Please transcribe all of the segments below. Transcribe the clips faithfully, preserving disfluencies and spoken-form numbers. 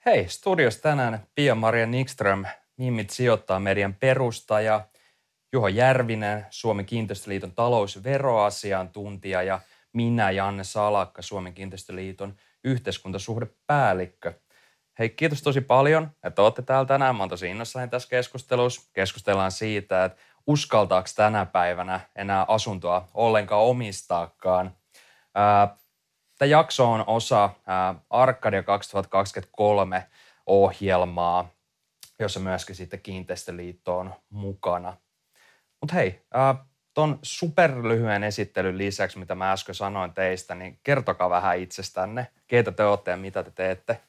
Hei, studios tänään Pia-Maria Nikström, Mimmit sijoittaa median perustaja, Juho Järvinen, Suomen kiinteistöliiton talous- ja veroasiantuntija ja minä, Janne Salakka, Suomen kiinteistöliiton yhteiskuntasuhdepäällikkö. Hei, kiitos tosi paljon, että olette täällä tänään. Mä oon tosi innoissani tässä keskustelussa. Keskustellaan siitä, että uskaltaako tänä päivänä enää asuntoa ollenkaan omistaakaan. Tämä jakso on osa Arcadia kaksituhattakaksikymmentäkolme ohjelmaa, jossa myöskin sitten Kiinteistöliitto on mukana. Mutta hei, tuon superlyhyen esittelyn lisäksi, mitä mä äsken sanoin teistä, niin kertokaa vähän itsestänne. Keitä te olette ja mitä te teette?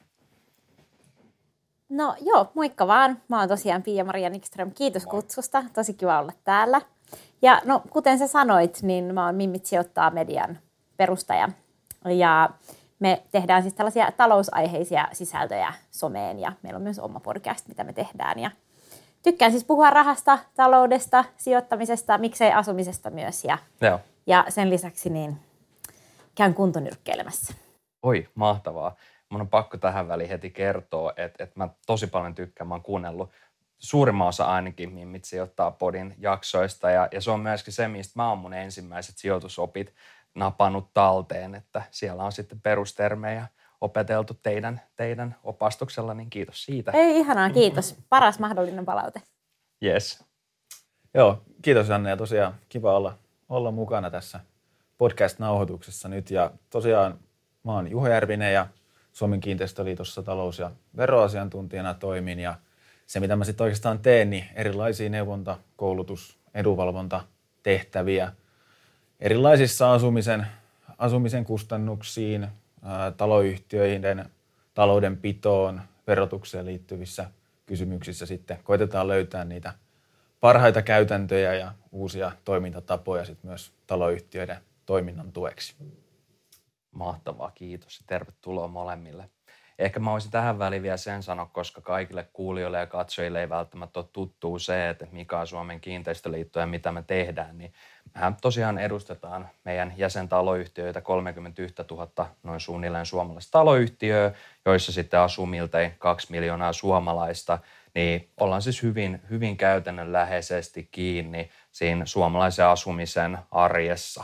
No joo, moikka vaan. Mä oon tosiaan Pia-Maria Nikström. Kiitos Moi. kutsusta. Tosi kiva olla täällä. Ja no, kuten sä sanoit, niin mä oon Mimmit sijoittaa median perustaja. Ja me tehdään siis tällaisia talousaiheisia sisältöjä someen ja meillä on myös oma podcast, mitä me tehdään. Ja tykkään siis puhua rahasta, taloudesta, sijoittamisesta, miksei asumisesta myös. Ja, Joo. ja sen lisäksi niin käyn kuntonyrkkeilemässä. Oi, mahtavaa. Mun on pakko tähän väliin heti kertoa, että, että mä tosi paljon tykkään. Mä oon kuunnellut suurimman osa ainakin Mimmit sijoittaa podin jaksoista. Ja, ja se on myöskin se, mistä mä oon mun ensimmäiset sijoitusopit napannut talteen, että siellä on sitten perustermejä opeteltu teidän, teidän opastuksella, niin kiitos siitä. Ei, ihanaa, kiitos. Paras mahdollinen palaute. Yes. Joo, kiitos Janne ja tosiaan kiva olla, olla mukana tässä podcast-nauhoituksessa nyt. Ja tosiaan mä oon Juho Järvinen ja Suomen kiinteistöliitossa talous- ja veroasiantuntijana toimin. Ja se, mitä mä sitten oikeastaan teen, niin erilaisia neuvonta-, koulutus-, edunvalvontatehtäviä erilaisissa asumisen, asumisen kustannuksiin, ää, taloyhtiöiden taloudenpitoon, verotukseen liittyvissä kysymyksissä sitten koitetaan löytää niitä parhaita käytäntöjä ja uusia toimintatapoja sitten myös taloyhtiöiden toiminnan tueksi. Mahtavaa, kiitos ja tervetuloa molemmille. Ehkä mä voisin tähän väliin vielä sen sanoa, koska kaikille kuulijoille ja katsojille ei välttämättä ole tuttuu se, että mikä on Suomen kiinteistöliitto ja mitä me tehdään. Niin mehän tosiaan edustetaan meidän jäsentaloyhtiöitä kolmekymmentäyksituhatta noin suunnilleen suomalaista taloyhtiöä, joissa sitten asuu miltei kaksi miljoonaa suomalaista. Niin ollaan siis hyvin, hyvin käytännönläheisesti kiinni siinä suomalaisen asumisen arjessa.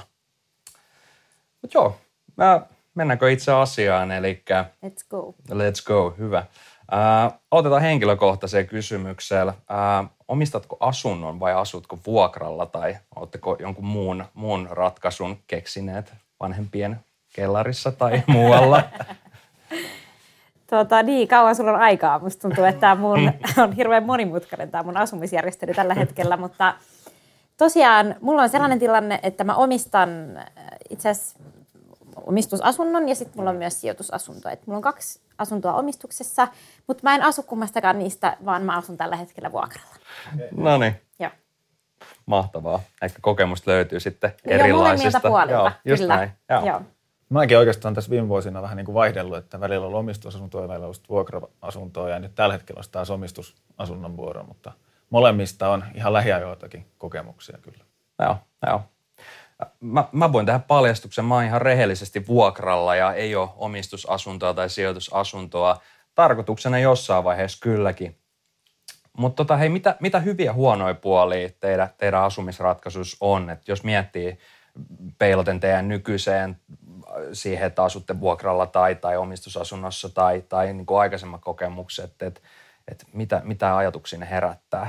Mutta joo, mä... Mennäänkö itse asiaan, eli Let's go. Let's go, hyvä. Äh, otetaan henkilökohtaiseen kysymykseen. Äh, omistatko asunnon vai asutko vuokralla tai oletteko jonkun muun, muun ratkaisun keksineet vanhempien kellarissa tai muualla? Tuota, niin, kauan sulla on aikaa. Musta tuntuu, että tämä mun on hirveän monimutkainen tämä mun asumisjärjestely tällä hetkellä, mutta tosiaan mulla on sellainen tilanne, että mä omistan itse asiassa omistusasunnon ja sitten mulla on myös sijoitusasunto. Et mulla on kaksi asuntoa omistuksessa, mutta mä en asu kummastakaan niistä, vaan mä asun tällä hetkellä vuokralla. No niin. Joo. Mahtavaa. Ehkä kokemusta löytyy sitten ja erilaisista. Puolilta. Joo, just Kyllä. näin. Joo. Joo. Mäkin oikeastaan tässä viime vuosina vähän niin kuin vaihdellut, että välillä on omistusasuntoa ja välillä on vuokra-asuntoa ja nyt tällä hetkellä on taas omistusasunnon vuoro, mutta molemmista on ihan lähiajoiltakin kokemuksia kyllä. Joo, joo. Mä, mä voin tehdä paljastuksen, mä oon ihan rehellisesti vuokralla ja ei ole omistusasuntoa tai sijoitusasuntoa. Tarkoituksena jossain vaiheessa kylläkin. Mutta tota, hei, mitä, mitä hyviä huonoja puolia teidän, teidän asumisratkaisussa on? Et jos miettii peiloten teidän nykyiseen siihen, että asutte vuokralla tai, tai omistusasunnossa tai, tai niin kuin aikaisemmat kokemukset, että et, et mitä, mitä ajatuksia ne herättää?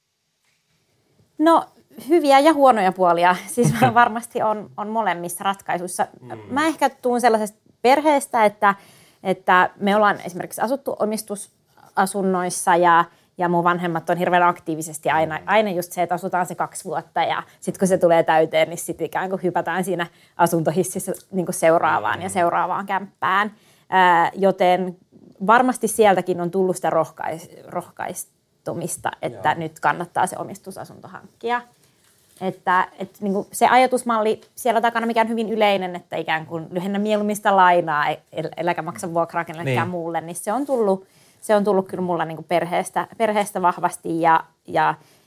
No, hyviä ja huonoja puolia. Siis varmasti on, on molemmissa ratkaisuissa. Mä ehkä tuun sellaisesta perheestä, että, että me ollaan esimerkiksi asuttu omistusasunnoissa ja, ja mun vanhemmat on hirveän aktiivisesti aina, aina just se, että asutaan se kaksi vuotta ja sitten kun se tulee täyteen, niin sitten ikään kuin hypätään siinä asuntohississä niin kuin seuraavaan ja seuraavaan kämppään. Ää, joten varmasti sieltäkin on tullut sitä rohkais, rohkaistumista, että Joo. nyt kannattaa se omistusasunto hankkia. Että, että niin kuin se ajatusmalli siellä takana, mikä on hyvin yleinen, että ikään kuin lyhennä mieluummin sitä lainaa, eläkä maksa vuokraa kenellekään niin. muulle, niin se on tullut, se on tullut kyllä mulla niin kuin perheestä, perheestä vahvasti. Ja, ja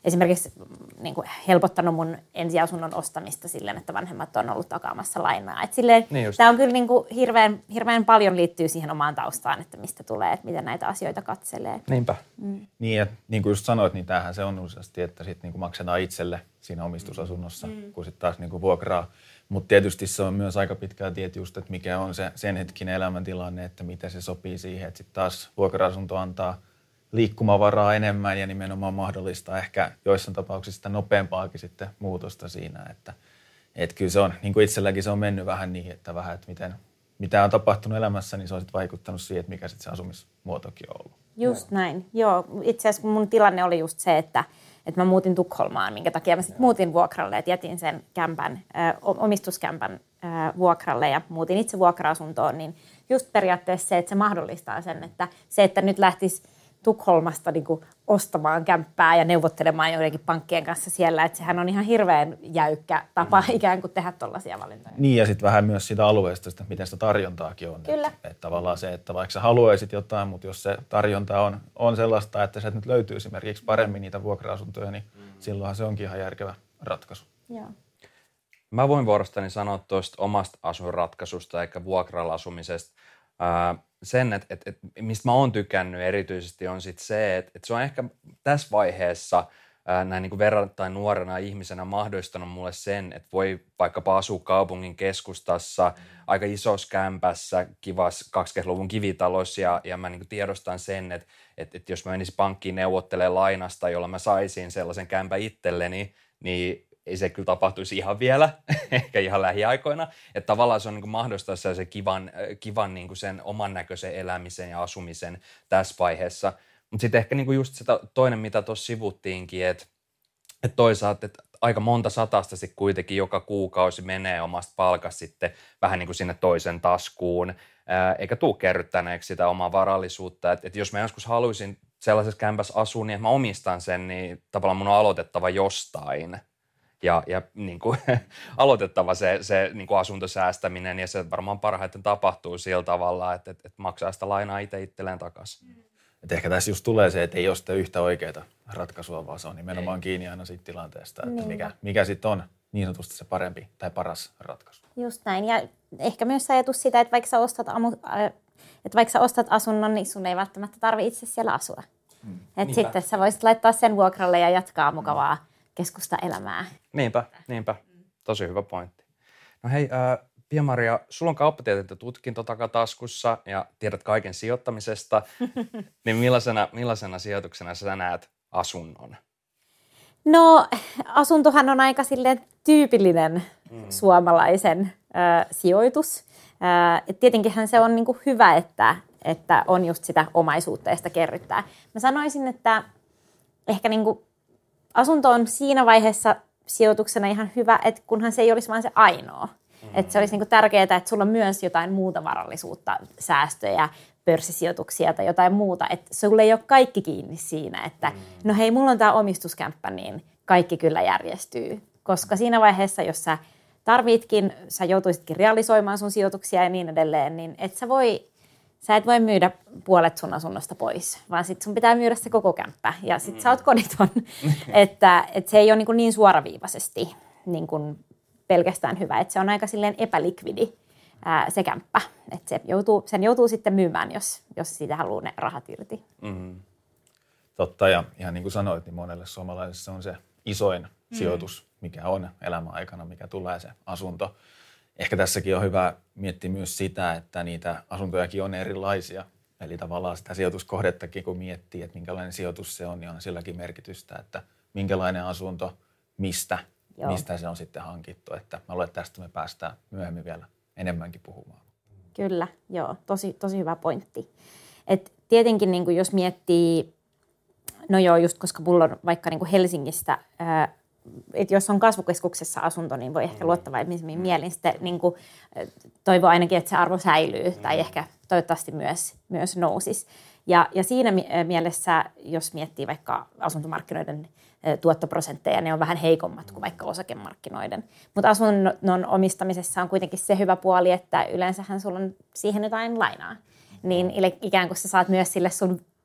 esimerkiksi niin kuin helpottanut mun ensiasunnon ostamista silleen, että vanhemmat on ollut takaamassa lainaa. Et silleen, niin tämä on kyllä niin kuin hirveän, hirveän paljon liittyy siihen omaan taustaan, että mistä tulee, että miten näitä asioita katselee. Niinpä. Mm. Niin, ja niin kuin just sanoit, niin tämähän se on useasti, että sitten niin kuin maksetaan itselle siinä omistusasunnossa, mm. kun sitten taas niin kuin vuokraa. Mutta tietysti se on myös aika pitkälti, että just, että mikä on se sen hetkinen elämäntilanne, että miten se sopii siihen, että sitten taas vuokra-asunto antaa liikkumavaraa enemmän ja nimenomaan mahdollistaa ehkä joissain tapauksissa sitä nopeampaakin sitten muutosta siinä, että et kyllä se on, niin kuin itselläkin se on mennyt vähän niin, että vähän, että miten, mitä on tapahtunut elämässä, niin se on sitten vaikuttanut siihen, että mikä sitten se asumismuotokin on ollut. Just näin, joo. Itse asiassa mun tilanne oli just se, että, että mä muutin Tukholmaan, minkä takia mä sitten muutin vuokralle, että jätin sen kämpän, äh, omistuskämpän äh, vuokralle ja muutin itse vuokra-asuntoon, niin just periaatteessa se, että se mahdollistaa sen, että se, että nyt lähtisi Tukholmasta niin kuin ostamaan kämppää ja neuvottelemaan joidenkin pankkien kanssa siellä, että sehän on ihan hirveän jäykkä tapa mm. ikään kuin tehdä tuollaisia valintoja. Niin ja sitten vähän myös siitä alueesta, että miten sitä tarjontaakin on. Kyllä. Että, että tavallaan se, että vaikka sä haluaisit jotain, mutta jos se tarjonta on, on sellaista, että se nyt löytyy esimerkiksi paremmin niitä vuokra-asuntoja, niin mm. silloinhan se onkin ihan järkevä ratkaisu. Joo. Mä voin vuorostani sanoa tuosta omasta asuinratkaisusta eikä vuokralla asumisesta. Ää, sen, että et, et, mistä mä oon tykännyt erityisesti on sit se, että et se on ehkä tässä vaiheessa ää, näin niin kuin verrattain nuorena ihmisenä mahdollistanut mulle sen, että voi vaikkapa asua kaupungin keskustassa, mm. aika isossa kämpässä, kivas kaksikymmentäluvun kivitalossa ja, ja mä niin kuin tiedostan sen, että et, et jos mä menisin pankkiin neuvottelemaan lainasta, jolla mä saisin sellaisen kämpän itselleni, niin ei se kyllä tapahtuisi ihan vielä, ehkä ihan lähiaikoina. Että tavallaan se on niin kuin mahdollista sellaisen kivan, kivan niin kuin sen oman näköisen elämisen ja asumisen tässä vaiheessa. Mutta sitten ehkä niin kuin just sitä toinen, mitä tuossa sivuttiinkin, että, että toisaalta että aika monta satasta sitten kuitenkin joka kuukausi menee omasta palkasta sitten vähän niin kuin sinne toisen taskuun, ää, eikä tule kerryttäneeksi sitä omaa varallisuutta. Että, että jos mä joskus haluaisin sellaisessa kämpässä asua niin, että mä omistan sen, niin tavallaan mun on aloitettava jostain. Ja, ja niin kuin, aloitettava se, se niin kuin asuntosäästäminen ja se varmaan parhaiten tapahtuu sillä tavalla, että, että, että maksaa sitä lainaa itse itselleen takaisin. Et ehkä tässä just tulee se, että ei ole sitä yhtä oikeaa ratkaisua, vaan se on nimenomaan ei. kiinni aina siitä tilanteesta, että niin. mikä, mikä sitten on niin sanotusti se parempi tai paras ratkaisu. Just näin. Ja ehkä myös ajatus sitä, että vaikka sä ostat, amu, että vaikka sä ostat asunnon, niin sun ei välttämättä tarvitse itse siellä asua. Hmm. Että sitten sä voisit laittaa sen vuokralle ja jatkaa mukavaa hmm. keskustaelämää. Niinpä, niinpä. Tosi hyvä pointti. No hei, äh, Pia-Maria, sulla on kauppatieteiden tutkinto takataskussa ja tiedät kaiken sijoittamisesta. Niin millaisena, millaisena sijoituksena sä näet asunnon? No, asuntohan on aika silleen tyypillinen mm. suomalaisen äh, sijoitus. Äh, et tietenkinhän se on niinku hyvä, että, että on just sitä omaisuutta ja sitä kerryttää. Mä sanoisin, että ehkä niinku asunto on siinä vaiheessa sijoituksena ihan hyvä, että kunhan se ei olisi vain se ainoa. Mm-hmm. Että se olisi niinku tärkeää, että sulla on myös jotain muuta varallisuutta, säästöjä, pörssisijoituksia tai jotain muuta. Että sulla ei ole kaikki kiinni siinä, että mm-hmm. no hei, mulla on tämä omistuskämppä, niin kaikki kyllä järjestyy. Koska siinä vaiheessa, jos sä tarvitkin, sä joutuisitkin realisoimaan sun sijoituksia ja niin edelleen, niin et sä voi... Sä et voi myydä puolet sun asunnosta pois, vaan sit sun pitää myydä se koko kämppä ja sit mm. sä oot koditon. että, että se ei ole niin, niin suoraviivaisesti niin kuin pelkästään hyvä, että se on aika silleen epälikvidi ää, se kämppä. Että se joutuu, sen joutuu sitten myymään, jos, jos siitä haluaa ne rahat irti. Mm. Totta ja ihan niin kuin sanoit, niin monelle suomalaiselle se on se isoin mm. sijoitus, mikä on elämän aikana, mikä tulee se asunto. Ehkä tässäkin on hyvä miettiä myös sitä, että niitä asuntojakin on erilaisia. Eli tavallaan sitä sijoituskohdettakin, kun miettii, että minkälainen sijoitus se on, niin on silläkin merkitystä, että minkälainen asunto, mistä, mistä se on sitten hankittu. Että mä luulen, että tästä me päästään myöhemmin vielä enemmänkin puhumaan. Kyllä, joo. Tosi, tosi hyvä pointti. Et tietenkin niin kuin jos miettii, no joo, just koska mulla on vaikka niin kuin Helsingistä... Ää, että jos on kasvukeskuksessa asunto, niin voi ehkä luottavaisemmin mielin sitten niin kuin toivoa ainakin, että se arvo säilyy tai ehkä toivottavasti myös, myös nousisi. Ja, ja siinä mielessä, jos miettii vaikka asuntomarkkinoiden tuottoprosentteja, ne on vähän heikommat kuin vaikka osakemarkkinoiden. Mutta asunnon omistamisessa on kuitenkin se hyvä puoli, että yleensähän sulla on siihen jotain lainaa. Niin ikään kuin sä saat myös sille sun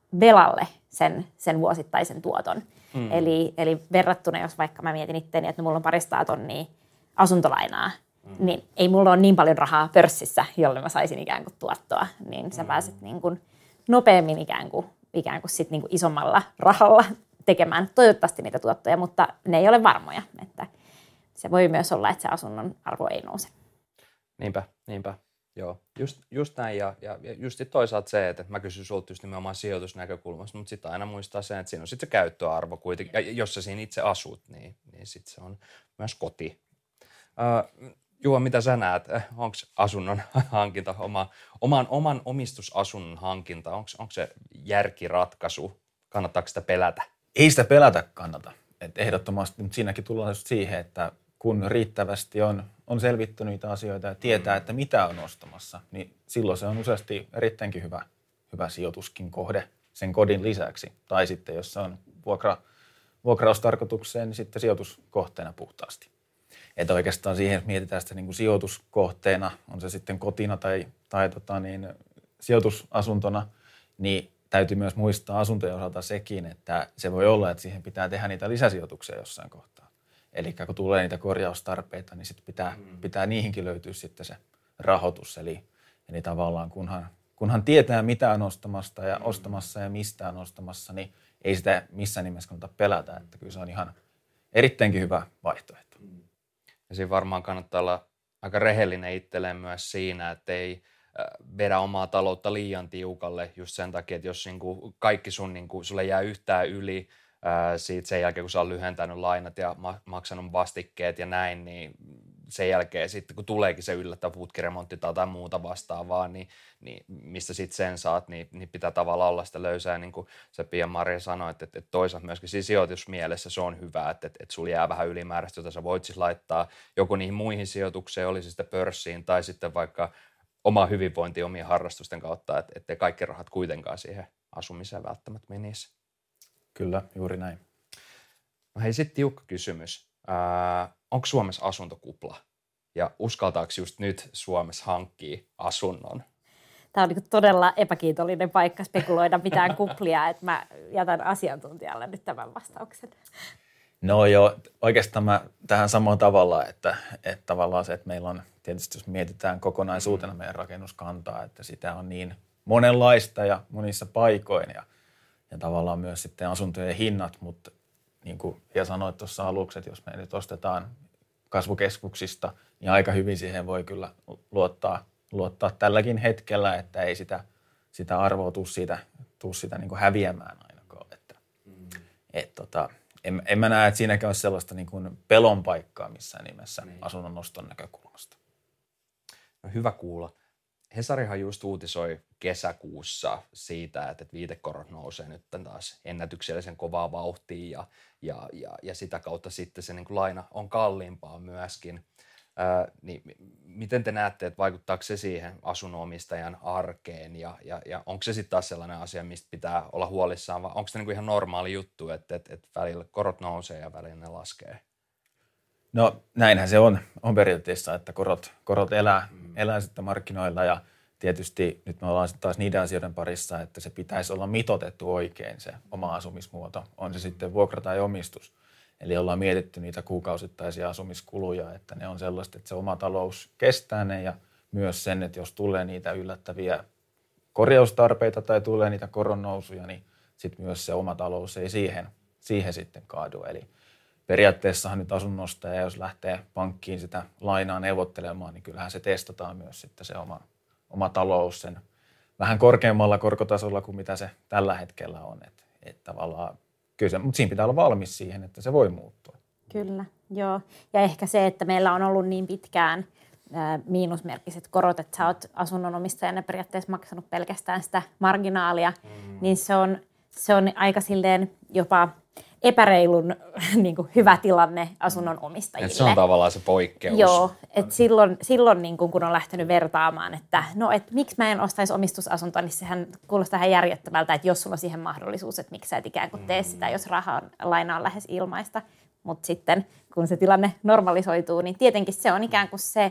velalle sen, sen vuosittaisen tuoton. Mm. Eli, eli verrattuna, jos vaikka mä mietin itseäni, että no, mulla on parista tonnia asuntolainaa, mm. niin ei mulla ole niin paljon rahaa pörssissä, jolle mä saisin ikään kuin tuottoa. Niin sä mm. pääset niin kuin nopeammin ikään kuin, ikään kuin, sit niin kuin isommalla rahalla tekemään toivottavasti niitä tuottoja, mutta ne ei ole varmoja. Että se voi myös olla, että se asunnon arvo ei nouse. Niinpä, niinpä. Joo, just, just näin. Ja, ja just toisaalta se, että mä kysyn sulta just nimenomaan sijoitusnäkökulmasta, mutta sitten aina muistaa sen, että siinä on sitten se käyttöarvo kuitenkin. Ja jos sä siinä itse asut, niin, niin sitten se on myös koti. Uh, Juha, mitä sä näet? Onko asunnon hankinta, oma, oman, oman omistusasunnon hankinta, onko se järkiratkaisu? Kannattaako sitä pelätä? Ei sitä pelätä kannata. Et ehdottomasti, mutta siinäkin tullaan just siihen, että kun riittävästi on, on selvitty niitä asioita ja tietää, että mitä on ostamassa, niin silloin se on useasti erittäinkin hyvä, hyvä sijoituskin kohde sen kodin lisäksi. Tai sitten, jos se on vuokra, vuokraustarkoitukseen, niin sitten sijoituskohteena puhtaasti. Että oikeastaan siihen, jos mietitään sitä niin kuin sijoituskohteena, on se sitten kotina tai, tai tota niin, sijoitusasuntona, niin täytyy myös muistaa asuntojen osalta sekin, että se voi olla, että siihen pitää tehdä niitä lisäsijoituksia jossain kohtaa. Eli kun tulee niitä korjaustarpeita, niin sit pitää, mm. pitää niihinkin löytyä sitten se rahoitus. Eli, eli tavallaan kunhan, kunhan tietää, mitä on ostamasta ja mm. ostamassa ja mistä on ostamassa, niin ei sitä missään nimessä kannata pelätä. Että kyllä se on ihan erittäinkin hyvä vaihtoehto. Mm. Ja siinä varmaan kannattaa olla aika rehellinen itselleen myös siinä, että ei vedä omaa taloutta liian tiukalle just sen takia, että jos niinku kaikki sun, niinku, sulle jää yhtään yli ää, siitä sen jälkeen, kun sä oot lyhentänyt lainat ja ma- maksanut vastikkeet ja näin, niin sen jälkeen sitten, kun tuleekin se yllättävä putkiremontti tai jotain muuta vastaavaa, niin, niin mistä sitten sen saat, niin, niin pitää tavallaan olla sitä löysää. Niin kuin se Pia-Maria sanoi, että, että, että toisaalta myöskin siinä sijoitusmielessä se on hyvä, että, että, että sulla jää vähän ylimääräistä, jota sä voit siis laittaa joko niihin muihin sijoituksiin, olisi sitten pörssiin tai sitten vaikka oma hyvinvointi omien harrastusten kautta, että ettei kaikki rahat kuitenkaan siihen asumiseen välttämättä menisi. Kyllä, juuri näin. No hei, sitten tiukka kysymys. Äh, onko Suomessa asuntokupla? Ja uskaltaako just nyt Suomessa hankkia asunnon? Tämä on niin todella epäkiitollinen paikka spekuloida mitään kuplia, että mä jätän asiantuntijalle nyt tämän vastauksen. No joo, oikeastaan mä tähän samaan tavalla, että, että tavallaan se, että meillä on tietysti, jos mietitään kokonaisuutena meidän rakennuskantaa, että sitä on niin monenlaista ja monissa paikoin ja, ja tavallaan myös sitten asuntojen hinnat, mutta niin kuin ja sanoit tuossa aluksi, että jos me nyt ostetaan kasvukeskuksista, niin aika hyvin siihen voi kyllä luottaa, luottaa tälläkin hetkellä, että ei sitä, sitä arvoa tule siitä, tule sitä niin kuin häviämään ainakaan. Että, mm. et, tota, en, en mä näe, että siinäkään olisi sellaista niin kuin pelon paikkaa missään nimessä niin. Asunnon noston näkökulmasta. No hyvä kuulla. Hesarihan just uutisoi kesäkuussa siitä, että viitekorot nousee nyt taas ennätyksellisen kovaa vauhtia ja, ja, ja, ja sitä kautta sitten se niin kuin laina on kalliimpaa myöskin. Ää, niin miten te näette, että vaikuttaako se siihen asunnonomistajan arkeen ja, ja, ja onko se sitten taas sellainen asia, mistä pitää olla huolissaan vai onko se niin kuin ihan normaali juttu, että, että, että välillä korot nousee ja välillä ne laskee? No näinhän se on, on periaatteessa, että korot, korot elää, mm. elää sitten markkinoilla ja tietysti nyt me ollaan taas niiden asioiden parissa, että se pitäisi olla mitoitettu oikein se oma asumismuoto, on se sitten vuokra tai omistus. Eli ollaan mietitty niitä kuukausittaisia asumiskuluja, että ne on sellaista, että se oma talous kestää ne ja myös sen, että jos tulee niitä yllättäviä korjaustarpeita tai tulee niitä koronnousuja, niin sitten myös se oma talous ei siihen, siihen sitten kaadu. Eli periaatteessahan nyt asunnostaja, jos lähtee pankkiin sitä lainaa neuvottelemaan, niin kyllähän se testataan myös sitten se oma, oma talous sen vähän korkeammalla korkotasolla kuin mitä se tällä hetkellä on. Et, et tavallaan, kyllä se, mutta siinä pitää olla valmis siihen, että se voi muuttua. Kyllä, joo. Ja ehkä se, että meillä on ollut niin pitkään ää, miinusmerkkiset korot, että sä oot asunnonomistajana periaatteessa maksanut pelkästään sitä marginaalia, mm. niin se on, se on aika silleen jopa epäreilun niin kuin hyvä tilanne asunnon omistajille. Et se on tavallaan se poikkeus. Joo, että silloin, silloin niin kuin, kun on lähtenyt vertaamaan, että no, et miksi mä en ostaisi omistusasuntoa, niin sehän kuulostaa ihan järjettömältä, että jos sulla on siihen mahdollisuus, että miksi sä et ikään kuin tee sitä, jos raha on, laina on lähes ilmaista. Mutta sitten kun se tilanne normalisoituu, niin tietenkin se on ikään kuin se,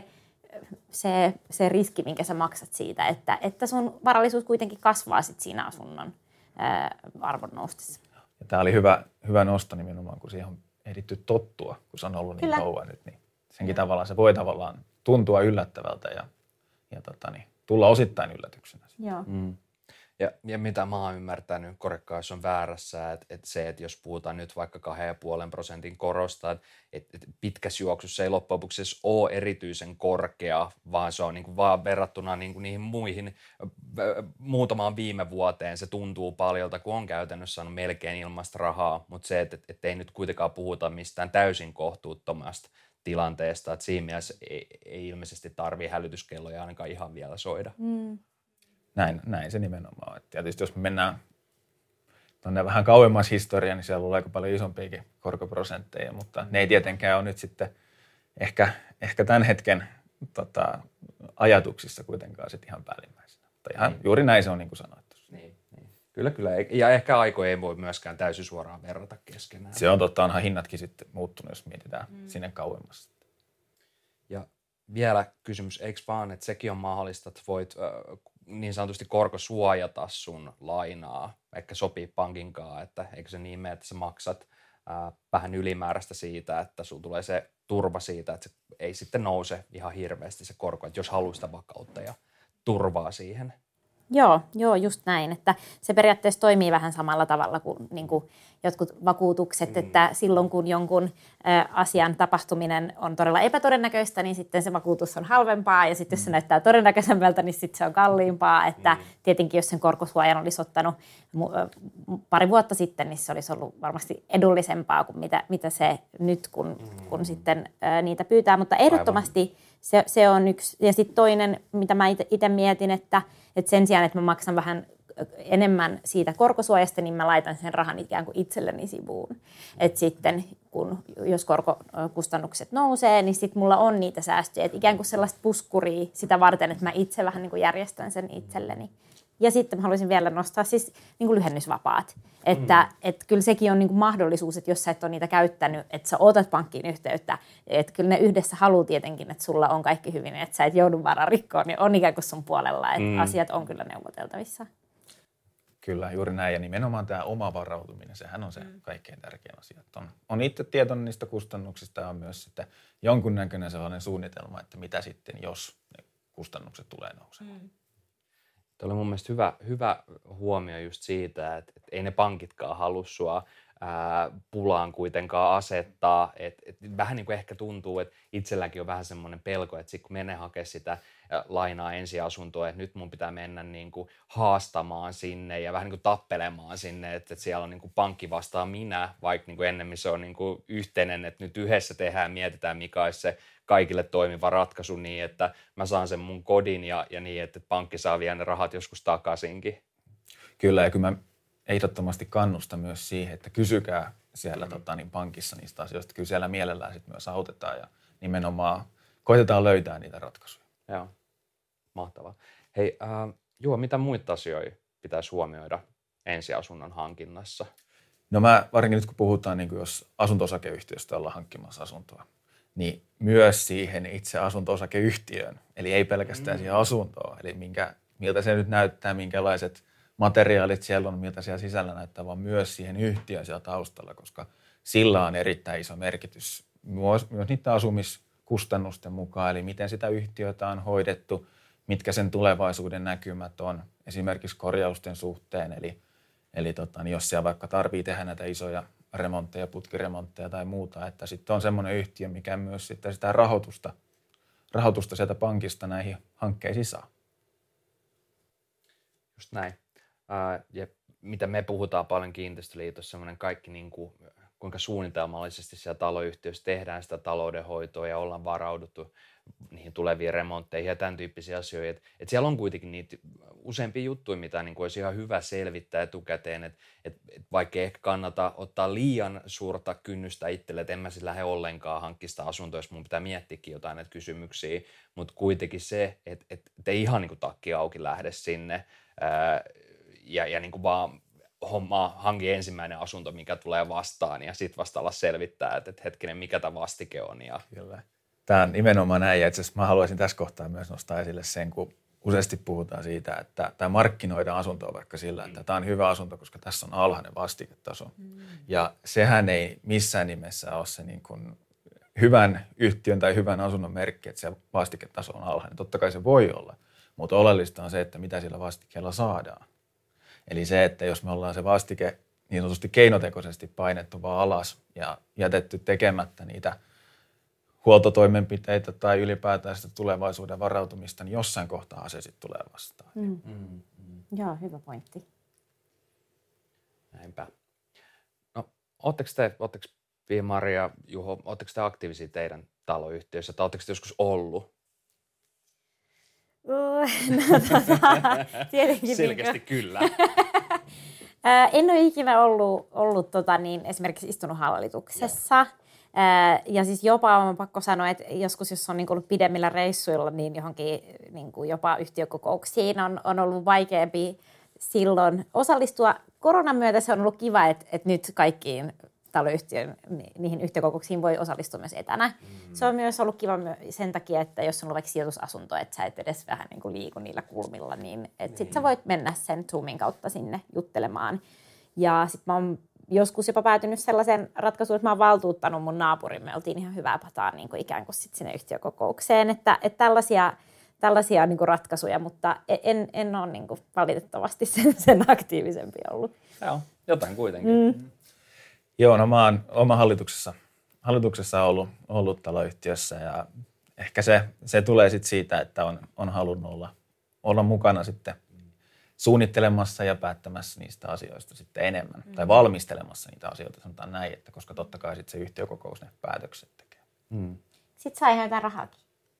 se, se riski, minkä sä maksat siitä, että, että sun varallisuus kuitenkin kasvaa sit siinä asunnon ää, arvon noustessa. Ja tämä oli hyvä, hyvä nosto nimenomaan, kun siihen on ehditty tottua, kun se on ollut Kyllä. niin kauan nyt. Niin senkin mm. tavallaan se voi tavallaan tuntua yllättävältä ja, ja tota, niin, tulla osittain yllätyksenä. Joo. Mm. Ja, ja mitä mä oon ymmärtänyt, korrekkaa jos on väärässä, että, että se, että jos puhutaan nyt vaikka kahden pilkku viiden prosentin korosta, että, että pitkässä juoksussa ei loppujen lopuksi edes ole erityisen korkea, vaan se on niin kuin vaan verrattuna niin kuin niihin muihin muutamaan viime vuoteen. Se tuntuu paljolta, kun on käytännössä saanut melkein ilmaista rahaa, mutta se, että, että ei nyt kuitenkaan puhuta mistään täysin kohtuuttomasta tilanteesta, että siinä mielessä ei, ei ilmeisesti tarvitse hälytyskelloja ainakaan ihan vielä soida. Mm. Näin, näin se nimenomaan on. Tietysti jos me mennään tuonne vähän kauemmas historiaan, niin siellä on ollut aika paljon isompiakin korkoprosentteja, mutta ne ei tietenkään ole nyt sitten ehkä, ehkä tämän hetken tota, ajatuksissa kuitenkaan sitten ihan päällimmäisenä. Mutta ihan niin. Juuri näin se on, niin kuin sanoit. Niin, niin. Kyllä, kyllä. Ja ehkä aikoja ei voi myöskään täysin suoraan verrata keskenään. Se on totta, onhan hinnatkin sitten muuttunut, jos mietitään mm. sinne kauemmas. Ja vielä kysymys, eikö vaan, että sekin on mahdollista, että voit äh, niin sanotusti korkosuojata sun lainaa, ehkä sopii pankinkaan, että eikö se niin mene, että sä maksat äh, vähän ylimääräistä siitä, että sulla tulee se turva siitä, että se ei sitten nouse ihan hirveästi se korko, että jos haluaa sitä vakautta ja turvaa siihen. Joo, joo, just näin, että se periaatteessa toimii vähän samalla tavalla kuin, niin kuin jotkut vakuutukset, mm. että silloin kun jonkun ä, asian tapahtuminen on todella epätodennäköistä, niin sitten se vakuutus on halvempaa ja sitten jos se näyttää todennäköisemmältä, niin sitten se on kalliimpaa, että mm. tietenkin jos sen korkosuojan olisi ottanut mu, ä, pari vuotta sitten, niin se olisi ollut varmasti edullisempaa kuin mitä, mitä se nyt, kun, mm. kun sitten ä, niitä pyytää, mutta ehdottomasti se, se on yksi. Ja sitten toinen, mitä mä itse mietin, että, että sen sijaan, että mä maksan vähän enemmän siitä korkosuojasta, niin mä laitan sen rahan ikään kuin itselleni sivuun. Että sitten, kun, jos korkokustannukset nousee, niin sitten mulla on niitä säästöjä. Että ikään kuin sellaista puskuria sitä varten, että mä itse vähän niin kuin järjestän sen itselleni. Ja sitten mä haluaisin vielä nostaa siis niin kuin lyhennysvapaat. Että mm. et kyllä sekin on niin kuin mahdollisuus, että jos sä et ole niitä käyttänyt, että sä otat pankkiin yhteyttä, että kyllä ne yhdessä haluaa tietenkin, että sulla on kaikki hyvin, että sä et joudu varaa rikkoon, niin on ikään kuin sun puolella, että mm. asiat on kyllä neuvoteltavissa. Kyllä, juuri näin. Ja nimenomaan tämä oma varautuminen, sehän on se mm. kaikkein tärkein asia. On, on itse tietoinen niistä kustannuksista ja on myös sitten jonkunnäköinen sellainen suunnitelma, että mitä sitten, jos ne kustannukset tulee nousemaan. Mm. Tuo oli mun mielestä hyvä, hyvä huomio just siitä, että, että ei ne pankitkaan halua sua ää, pulaan kuitenkaan asettaa. Et, et vähän niin kuin ehkä tuntuu, että itselläkin on vähän semmoinen pelko, että sit kun menee hakemaan sitä ää, lainaa ensiasuntoa, että nyt mun pitää mennä niin kuin haastamaan sinne ja vähän niin kuin tappelemaan sinne, että, että siellä on niin kuin pankki vastaan minä, vaikka niin kuin ennemmin se on niin kuin yhteinen, että nyt yhdessä tehdään, mietitään mikä olisi se kaikille toimiva ratkaisu niin, että mä saan sen mun kodin ja, ja niin, että pankki saa vielä ne rahat joskus takaisinkin. Kyllä, ja kyllä mä ehdottomasti kannustan myös siihen, että kysykää siellä mm. tota, niin pankissa niistä asioista. Kyllä siellä mielellään sit myös autetaan ja nimenomaan koitetaan löytää niitä ratkaisuja. Joo, mahtavaa. Hei, äh, Juha, mitä muita asioita pitäisi huomioida ensiasunnon hankinnassa? No mä varsinkin nyt kun puhutaan, niin kuin jos asunto-osakeyhtiöstä ollaan hankkimassa asuntoa, niin myös siihen itse asunto-osakeyhtiöön, eli ei pelkästään mm. siihen asuntoon, eli minkä, miltä se nyt näyttää, minkälaiset materiaalit siellä on, miltä siellä sisällä näyttää, vaan myös siihen yhtiöön siellä taustalla, koska sillä on erittäin iso merkitys myös, myös niiden asumiskustannusten mukaan, eli miten sitä yhtiötä on hoidettu, mitkä sen tulevaisuuden näkymät on, esimerkiksi korjausten suhteen, eli, eli tota, niin jos siellä vaikka tarvitsee tehdä näitä isoja remontteja, putkiremontteja tai muuta, että sitten on semmoinen yhtiö, mikä myös sitten sitä rahoitusta, rahoitusta sieltä pankista näihin hankkeisiin saa. Just näin. Ää, ja mitä me puhutaan paljon Kiinteistöliitossa, semmoinen kaikki, niin kuin, kuinka suunnitelmallisesti siellä taloyhtiössä tehdään sitä taloudenhoitoa ja ollaan varauduttu niihin tuleviin remontteihin ja tämän tyyppisiä asioita. Et, et siellä on kuitenkin niitä useampia juttuja, mitä niin kuin olisi ihan hyvä selvittää etukäteen, että et, et vaikka ehkä kannata ottaa liian suurta kynnystä itselle, että en mä siis lähde ollenkaan hankkimaan sitä asuntoa, jos mun pitää miettiäkin jotain näitä kysymyksiä, mutta kuitenkin se, että et, et ei ihan niin kuin takki auki lähde sinne ää, ja, ja niin kuin vaan hommaa, hanki ensimmäinen asunto, mikä tulee vastaan ja sitten vasta olla selvittää, että et hetkinen, mikä tämä vastike on. Ja... Kyllä. Tämä on nimenomaan näin, ja itse asiassa mä haluaisin tässä kohtaa myös nostaa esille sen, kun useasti puhutaan siitä, että tämä markkinoidaan asuntoa vaikka sillä, että tämä on hyvä asunto, koska tässä on alhainen vastiketaso. Mm. Ja sehän ei missään nimessä ole se niin kuin hyvän yhtiön tai hyvän asunnon merkki, että se vastiketaso on alhainen. Totta kai se voi olla, mutta oleellista on se, että mitä sillä vastikkeella saadaan. Eli se, että jos me ollaan se vastike niin sanotusti keinotekoisesti painettu vaan alas ja jätetty tekemättä niitä huoltotoimenpiteitä tai ylipäätään sitä tulevaisuuden varautumista, niin jossain kohtaa se sitten tulee vastaan. Mm. Mm. Joo, hyvä pointti. Näinpä. No, ootteko te, ootteko Pia-Mari ja Juho, ootteko te aktiivisia teidän taloyhtiössä tai ootteko te joskus ollut? No, tota, tietenkin. Selkeästi niin kyllä. En ole ikinä ollut, ollut tota, niin, esimerkiksi istunut hallituksessa. Yeah. Ja siis jopa on pakko sanoa, että joskus jos on niin ollut pidemmillä reissuilla, niin johonkin niin kuin jopa yhtiökokouksiin on, on ollut vaikeampi silloin osallistua. Koronan myötä se on ollut kiva, että, että nyt kaikkiin taloyhtiön, niihin yhtiökokouksiin voi osallistua myös etänä. Mm. Se on myös ollut kiva sen takia, että jos on ollut vaikka sijoitusasunto, että sä et edes vähän niin kuin liiku niillä kulmilla, niin että niin. Sit sä voit mennä sen Zoomin kautta sinne juttelemaan. Ja sit mä oon joskus jopa päätynyt sellaisen ratkaisuun, että mä oon valtuuttanut mun naapurin. Me oltiin ihan hyvää pataa niin kuin ikään kuin sit sinne yhtiökokoukseen. Että, että tällaisia, tällaisia niin kuin ratkaisuja, mutta en, en ole niin kuin valitettavasti sen, sen aktiivisempi ollut. Joo, jotain kuitenkin. Mm. Joo, no mä oon oma hallituksessa, hallituksessa ollut, ollut taloyhtiössä ja ehkä se, se tulee sitten siitä, että on, on halunnut olla, olla mukana sitten suunnittelemassa ja päättämässä niistä asioista sitten enemmän. Mm. Tai valmistelemassa niitä asioita, sanotaan näin, että koska totta kai sitten se yhtiökokous ne päätökset tekee. Mm. Sitten saa ihan jotain rahaakin.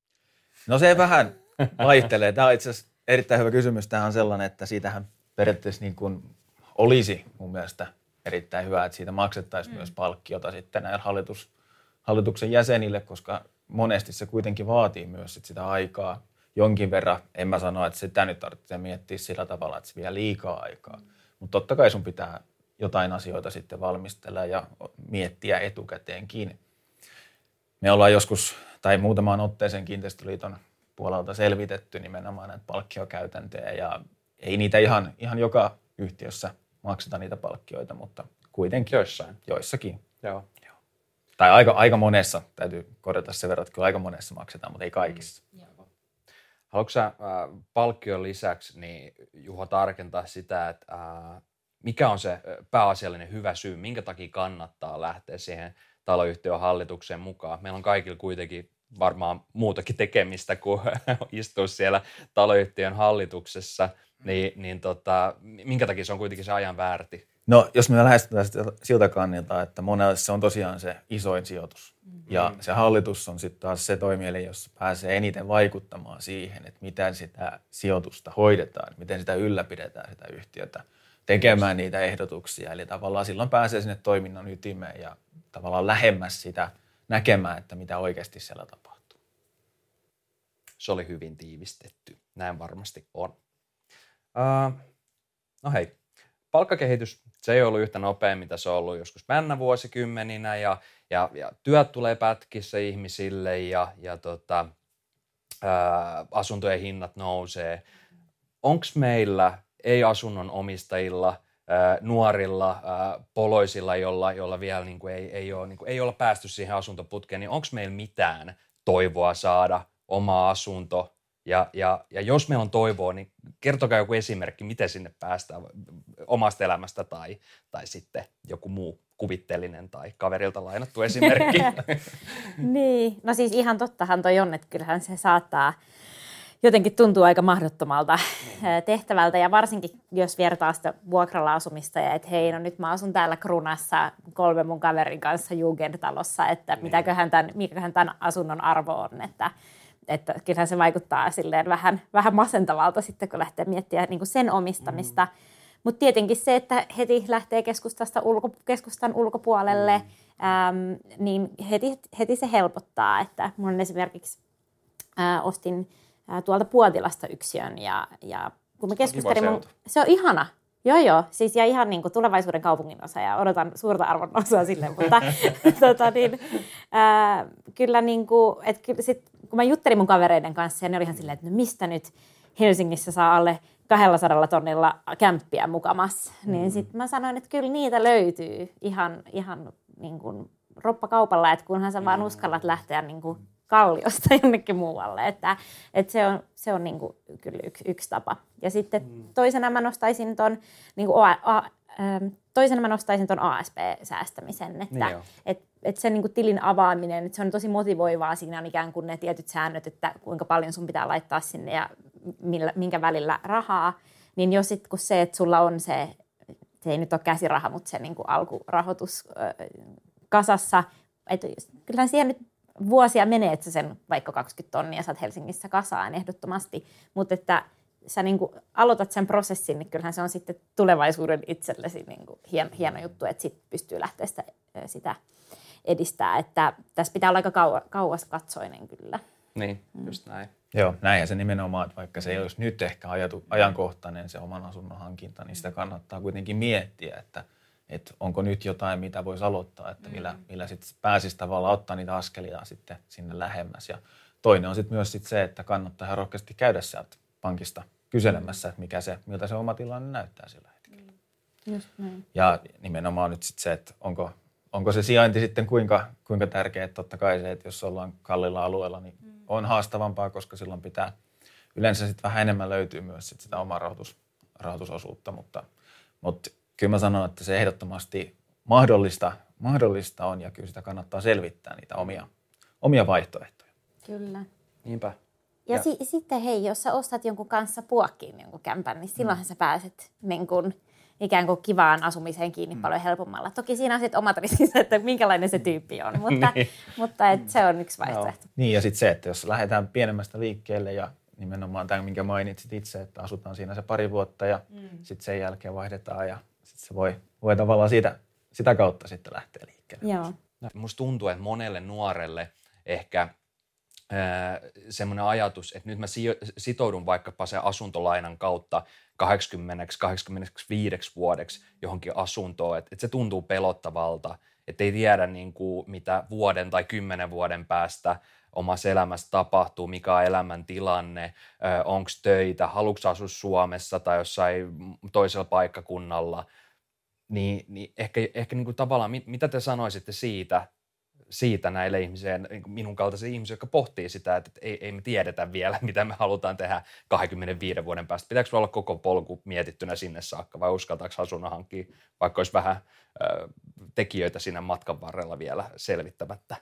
No se vähän vaihtelee. Tämä on itse asiassa erittäin hyvä kysymys. Tämä on sellainen, että siitähän periaatteessa niin kuin olisi mun mielestä erittäin hyvä, että siitä maksettaisiin mm. myös palkkiota sitten näille hallitus, hallituksen jäsenille, koska monesti se kuitenkin vaatii myös sit sitä aikaa jonkin verran. En mä sano, että sitä nyt tarvitsee miettiä sillä tavalla, että se vie liikaa aikaa. Mm. Mutta totta kai sun pitää jotain asioita sitten valmistella ja miettiä etukäteenkin. Me ollaan joskus, tai muutamaan otteeseen Kiinteistöliiton puolelta selvitetty nimenomaan näitä palkkiokäytäntöjä, ja ei niitä ihan, ihan joka yhtiössä makseta niitä palkkioita, mutta kuitenkin joissain. Joissakin. Joo. Joo. Tai aika, aika monessa, täytyy korjata sen verran, että kyllä aika monessa maksetaan, mutta ei kaikissa. Mm. Haluatko sä äh, palkkion lisäksi niin Juho tarkentaa sitä, että äh, mikä on se pääasiallinen hyvä syy, minkä takia kannattaa lähteä siihen taloyhtiön hallitukseen mukaan? Meillä on kaikilla kuitenkin varmaan muutakin tekemistä kuin istua siellä taloyhtiön hallituksessa, niin, niin tota, minkä takia se on kuitenkin se ajan väärti? No, jos me lähestytään siltä kannalta, että monelle se on tosiaan se isoin sijoitus. Mm-hmm. Ja se hallitus on sitten taas se toimielin, jossa pääsee eniten vaikuttamaan siihen, että miten sitä sijoitusta hoidetaan, miten sitä ylläpidetään sitä yhtiötä, tekemään niitä ehdotuksia. Eli tavallaan silloin pääsee sinne toiminnan ytimeen ja tavallaan lähemmäs sitä näkemään, että mitä oikeasti siellä tapahtuu. Se oli hyvin tiivistetty. Näin varmasti on. Uh, no hei, palkkakehitys, se ei ollut yhtä nopea, mitä se on ollut joskus männä vuosikymmeninä, ja, ja, ja työt tulee pätkissä ihmisille, ja, ja tota, ää, asuntojen hinnat nousee. Onko meillä ei-asunnon omistajilla, ää, nuorilla, ää, poloisilla, jolla, jolla vielä niin kuin ei, ei, ole, niin kuin, ei olla päästy siihen asuntoputkeen, niin onko meillä mitään toivoa saada oma asunto? Ja, ja, ja jos meillä on toivoa, niin kertokaa joku esimerkki, miten sinne päästään omasta elämästä tai, tai sitten joku muu kuvitteellinen tai kaverilta lainattu esimerkki. Niin, no siis ihan tottahan toi on, että kyllähän se saattaa jotenkin tuntua aika mahdottomalta tehtävältä. Ja varsinkin, jos vertaa sitä vuokralla asumista ja että hei, no nyt mä asun täällä Krunassa kolmen mun kaverin kanssa Jugendtalossa, että mitäköhän tämän, mikäköhän tämän asunnon arvo on, että Että kyllähän se vaikuttaa silleen vähän, vähän masentavalta sitten, kun lähtee miettimään niin kuin sen omistamista. Mm. Mutta tietenkin se, että heti lähtee keskustasta ulko, keskustan ulkopuolelle, mm. äm, niin heti, heti se helpottaa. Että mun on esimerkiksi äh, ostin äh, tuolta Puotilasta yksiön ja, ja kun me keskustelin, mun, se on ihana. Joo, joo. Siis ja ihan niin kuin tulevaisuuden kaupungin osa ja odotan suurta arvon osaa sille, mutta tota, niin, ää, kyllä niin kuin, että kyllä sit, kun mä juttelin mun kavereiden kanssa ja ne oli ihan silleen, että no mistä nyt, Helsingissä saa alle kaksisataa tonnilla kämppiä mukamas. Mm. Niin sitten mä sanoin, että kyllä niitä löytyy ihan, ihan niin kuin roppakaupalla, että kunhan sä vaan uskallat lähteä niin kuin Kalliosta jonnekin muualle. Että, että se on, se on niin kuin kyllä yksi, yksi tapa. Ja sitten toisena mä nostaisin ton, niin kuin A, A, toisena mä nostaisin ton A S P-säästämisen. Että niin et, et sen niin kuin tilin avaaminen, että se on tosi motivoivaa. Siinä on ikään kuin ne tietyt säännöt, että kuinka paljon sun pitää laittaa sinne ja millä, minkä välillä rahaa. Niin jos sit kun se, että sulla on se, se ei nyt ole käsiraha, mutta se niin kuin alkurahoitus äh, kasassa, että kyllähän siihen nyt vuosia menee, että sä sen vaikka kaksikymmentä tonnia saat Helsingissä kasaan ehdottomasti, mutta että sä niin kuin aloitat sen prosessin, niin kyllähän se on sitten tulevaisuuden itsellesi niin kuin hieno, hieno juttu, että sit pystyy lähteä sitä, sitä edistää. Että tässä pitää olla aika kauas, kauas katsoinen kyllä. Niin, just näin. Joo, näinhän se nimenomaan, että vaikka se ei olisi nyt ehkä ajatu, ajankohtainen se oman asunnon hankinta, niin sitä kannattaa kuitenkin miettiä, että että onko nyt jotain, mitä voisi aloittaa, että millä, millä sitten pääsisi tavallaan ottaa niitä askelia sitten sinne lähemmäs. Ja toinen on sitten myös sit se, että kannattaa ihan rohkeasti käydä sieltä pankista kyselemässä, että mikä se, miltä se oma tilanne näyttää sillä hetkellä. Just näin. Ja nimenomaan nyt sitten se, että onko, onko se sijainti sitten kuinka, kuinka tärkeä, että totta kai se, että jos ollaan kalliilla alueella, niin on haastavampaa, koska silloin pitää yleensä sitten vähän enemmän löytyy myös sit sitä omaa rahoitus, rahoitusosuutta, mutta, mutta kyllä mä sanon, että se ehdottomasti mahdollista, mahdollista on ja kyllä sitä kannattaa selvittää niitä omia, omia vaihtoehtoja. Kyllä. Niinpä. Ja, ja si- sitten hei, jos sä ostat jonkun kanssa puokkiin jonkun kämpän, niin silloinhan mm. sä pääset niin kun, ikään kuin kivaan asumiseen kiinni mm. paljon helpommalla. Toki siinä on sitten omat riskinsä, että minkälainen se tyyppi on, mutta, niin. mutta et se on yksi vaihtoehto. No. Niin ja sitten se, että jos lähdetään pienemmästä liikkeelle ja nimenomaan tämän, minkä mainitsit itse, että asutaan siinä se pari vuotta ja mm. sitten sen jälkeen vaihdetaan ja sitten se voi, voi tavallaan siitä, sitä kautta sitten lähteä liikkeelle. Joo. Musta tuntuu, että monelle nuorelle ehkä semmoinen ajatus, että nyt mä sitoudun vaikkapa sen asuntolainan kautta kaksikymmentä kaksikymmentäviisi vuodeksi johonkin asuntoon, että, että se tuntuu pelottavalta, että ei tiedä niin kuin, mitä vuoden tai kymmenen vuoden päästä omassa elämässä tapahtuu, mikä on elämäntilanne, onko töitä, haluatko asua Suomessa tai jossain toisella paikkakunnalla, niin, niin ehkä, ehkä niin kuin tavallaan, mitä te sanoisitte siitä, siitä näille ihmisille, minun kaltaisille ihmisille, jotka pohtii sitä, että ei, ei me tiedetä vielä, mitä me halutaan tehdä kaksikymmentäviisi vuoden päästä. Pitääkö olla koko polku mietittynä sinne saakka vai uskaltaako asunnon hankkia, vaikka olisi vähän ö, tekijöitä siinä matkan varrella vielä selvittämättä?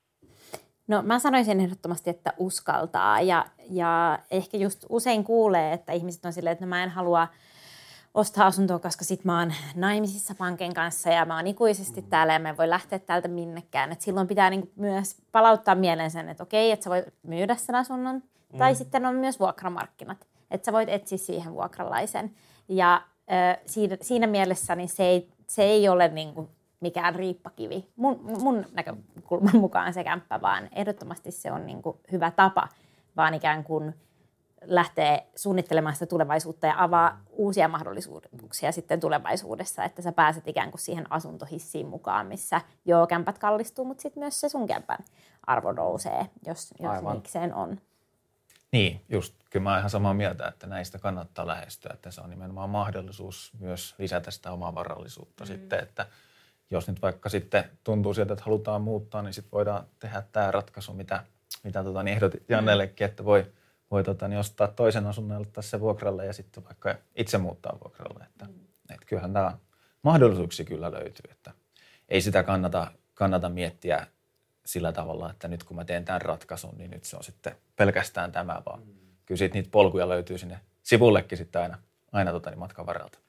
No mä sanoisin ehdottomasti, että uskaltaa ja, ja ehkä just usein kuulee, että ihmiset on silleen, että no mä en halua ostaa asuntoa, koska sit mä oon naimisissa pankin kanssa ja mä oon ikuisesti täällä ja mä en voi lähteä täältä minnekään. Et silloin pitää niinku myös palauttaa mieleen sen, että okei, että sä voit myydä sen asunnon mm. tai sitten on myös vuokramarkkinat, että sä voit etsiä siihen vuokralaisen. Ja äh, siinä, siinä mielessä niin se, ei, se ei ole niinku mikään riippakivi mun, mun näkökulman mukaan se kämppä, vaan ehdottomasti se on niinku hyvä tapa, vaan ikään kuin lähtee suunnittelemaan sitä tulevaisuutta ja avaa uusia mahdollisuuksia sitten tulevaisuudessa, että sä pääset ikään kuin siihen asuntohissiin mukaan, missä joo, kämpät kallistuu, mutta sitten myös se sun kämpän arvo nousee, jos, jos niikseen on. Niin, just. Kyllä mä oon ihan samaa mieltä, että näistä kannattaa lähestyä, että se on nimenomaan mahdollisuus myös lisätä sitä omaa varallisuutta mm. sitten, että jos nyt vaikka sitten tuntuu sieltä, että halutaan muuttaa, niin sitten voidaan tehdä tämä ratkaisu, mitä, mitä tota, niin ehdotit Jannellekin, että voi Voi tota, niin ostaa toisen asunnon ja ottaa se vuokralle ja sitten vaikka itse muuttaa vuokralle. Että, mm. et kyllähän tämä mahdollisuuksia kyllä löytyy. Että ei sitä kannata, kannata miettiä sillä tavalla, että nyt kun mä teen tämän ratkaisun, niin nyt se on sitten pelkästään tämä, vaan mm. kyllä siitä niitä polkuja löytyy sinne sivullekin sitten aina, aina tota, niin matkan varrelta.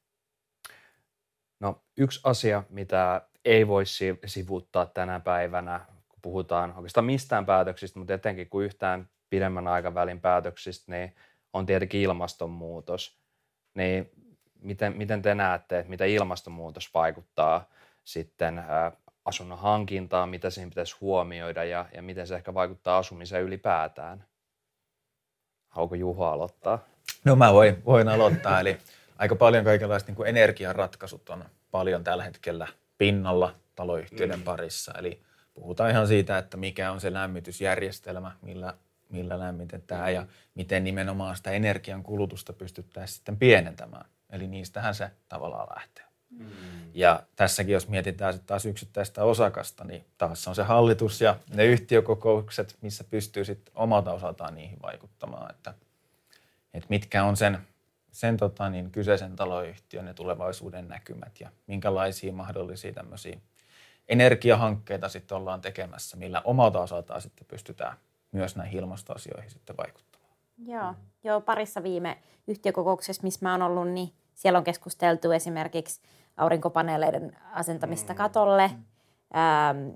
No yksi asia, mitä ei voi sivuuttaa tänä päivänä, kun puhutaan oikeastaan mistään päätöksistä, mutta etenkin kun yhtään pidemmän aikavälin päätöksistä, niin on tietenkin ilmastonmuutos. Niin miten, miten te näette, että mitä ilmastonmuutos vaikuttaa sitten ää, asunnon hankintaan, mitä siinä pitäisi huomioida ja, ja miten se ehkä vaikuttaa asumiseen ylipäätään? Haluatko Juho aloittaa? No mä voin, voin aloittaa. Eli aika paljon kaikenlaista niin kuin energiaratkaisut on paljon tällä hetkellä pinnalla taloyhtiöiden mm. parissa. Eli puhutaan ihan siitä, että mikä on se lämmitysjärjestelmä, millä millä lämmitetään ja miten nimenomaan sitä energian kulutusta pystyttäisiin sitten pienentämään. Eli niistähän se tavallaan lähtee. Mm. Ja tässäkin, jos mietitään sitten taas yksittäistä osakasta, niin taas on se hallitus ja ne yhtiökokoukset, missä pystyy sitten omalta osaltaan niihin vaikuttamaan, että, että mitkä on sen, sen tota, niin kyseisen taloyhtiön ja tulevaisuuden näkymät ja minkälaisia mahdollisia tämmöisiä energiahankkeita sitten ollaan tekemässä, millä omalta osaltaan sitten pystytään myös näihin ilmastoasioihin sitten vaikuttamaan. Joo, joo parissa viime yhtiökokouksessa, missä mä oon ollut, niin siellä on keskusteltu esimerkiksi aurinkopaneeleiden asentamista katolle, ähm,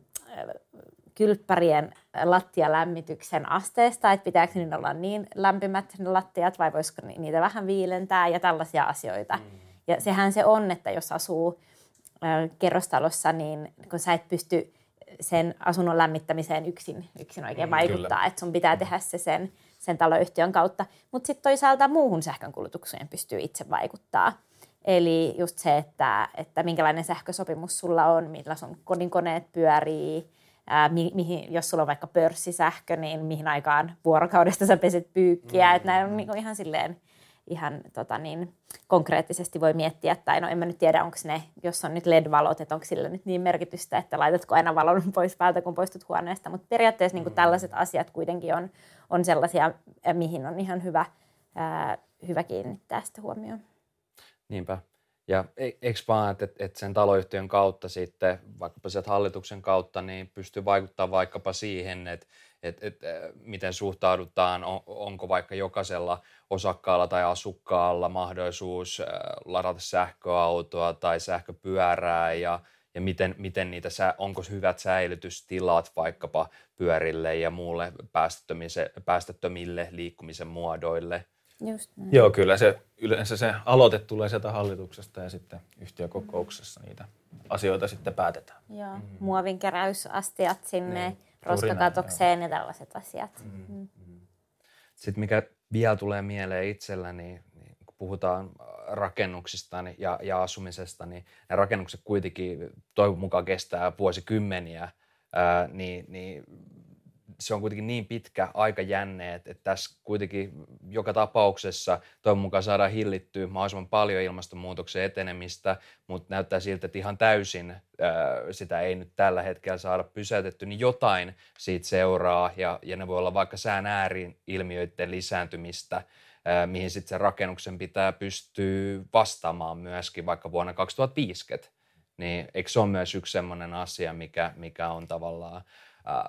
kylppärien lattialämmityksen asteesta, että pitääkö niitä olla niin lämpimät ne lattiat vai voisiko niitä vähän viilentää ja tällaisia asioita. Mm. Ja sehän se on, että jos asuu äh, kerrostalossa, niin kun sä et pysty sen asunnon lämmittämiseen yksin, yksin oikein vaikuttaa, että sun pitää tehdä se sen, sen taloyhtiön kautta. Mutta sitten toisaalta muuhun sähkönkulutukseen pystyy itse vaikuttaa. Eli just se, että, että minkälainen sähkösopimus sulla on, millä sun kodinkoneet pyörii, ää, mi, mihin, jos sulla on vaikka pörssisähkö, niin mihin aikaan vuorokaudesta sä peset pyykkiä. Mm. Että näin on niin ihan silleen ihan tota niin, konkreettisesti voi miettiä, tai no en mä nyt tiedä, onko ne, jos on nyt L E D-valot, että onko sillä nyt niin merkitystä, että laitatko aina valon pois päältä, kun poistut huoneesta, mutta periaatteessa niin kuin tällaiset asiat kuitenkin on, on sellaisia, mihin on ihan hyvä, ää, hyvä kiinnittää sitä huomioon. Niinpä. Ja eikö vaan, että, että sen taloyhtiön kautta sitten, vaikkapa sieltä hallituksen kautta, niin pystyy vaikuttamaan vaikkapa siihen, että, että, että miten suhtaudutaan, on, onko vaikka jokaisella osakkaalla tai asukkaalla mahdollisuus ladata sähköautoa tai sähköpyörää ja, ja miten, miten niitä, onko hyvät säilytystilat vaikkapa pyörille ja muulle päästöttömille liikkumisen muodoille. Just näin. Joo, kyllä se yleensä se aloite tulee sieltä hallituksesta ja sitten yhtiökokouksessa niitä asioita sitten päätetään. Joo, mm. muovinkeräysastiat sinne, niin, roskakatokseen ja tällaiset asiat. Mm. Mm. Sitten mikä vielä tulee mieleen itselläni, niin kun puhutaan rakennuksista ja, ja asumisesta, niin ne rakennukset kuitenkin toivon mukaan kestää vuosikymmeniä, ää, niin, niin se on kuitenkin niin pitkä aikajänne, että, että tässä kuitenkin joka tapauksessa toivon mukaan saadaan hillittyä mahdollisimman paljon ilmastonmuutoksen etenemistä, mutta näyttää siltä, että ihan täysin ää, sitä ei nyt tällä hetkellä saada pysäytetty, niin jotain siitä seuraa ja, ja ne voi olla vaikka sään ääri-ilmiöiden lisääntymistä, ää, mihin sitten sen rakennuksen pitää pystyä vastaamaan myöskin vaikka vuonna kaksituhattaviisikymmentä. Niin eikö se ole myös yksi sellainen asia, mikä, mikä on tavallaan ää,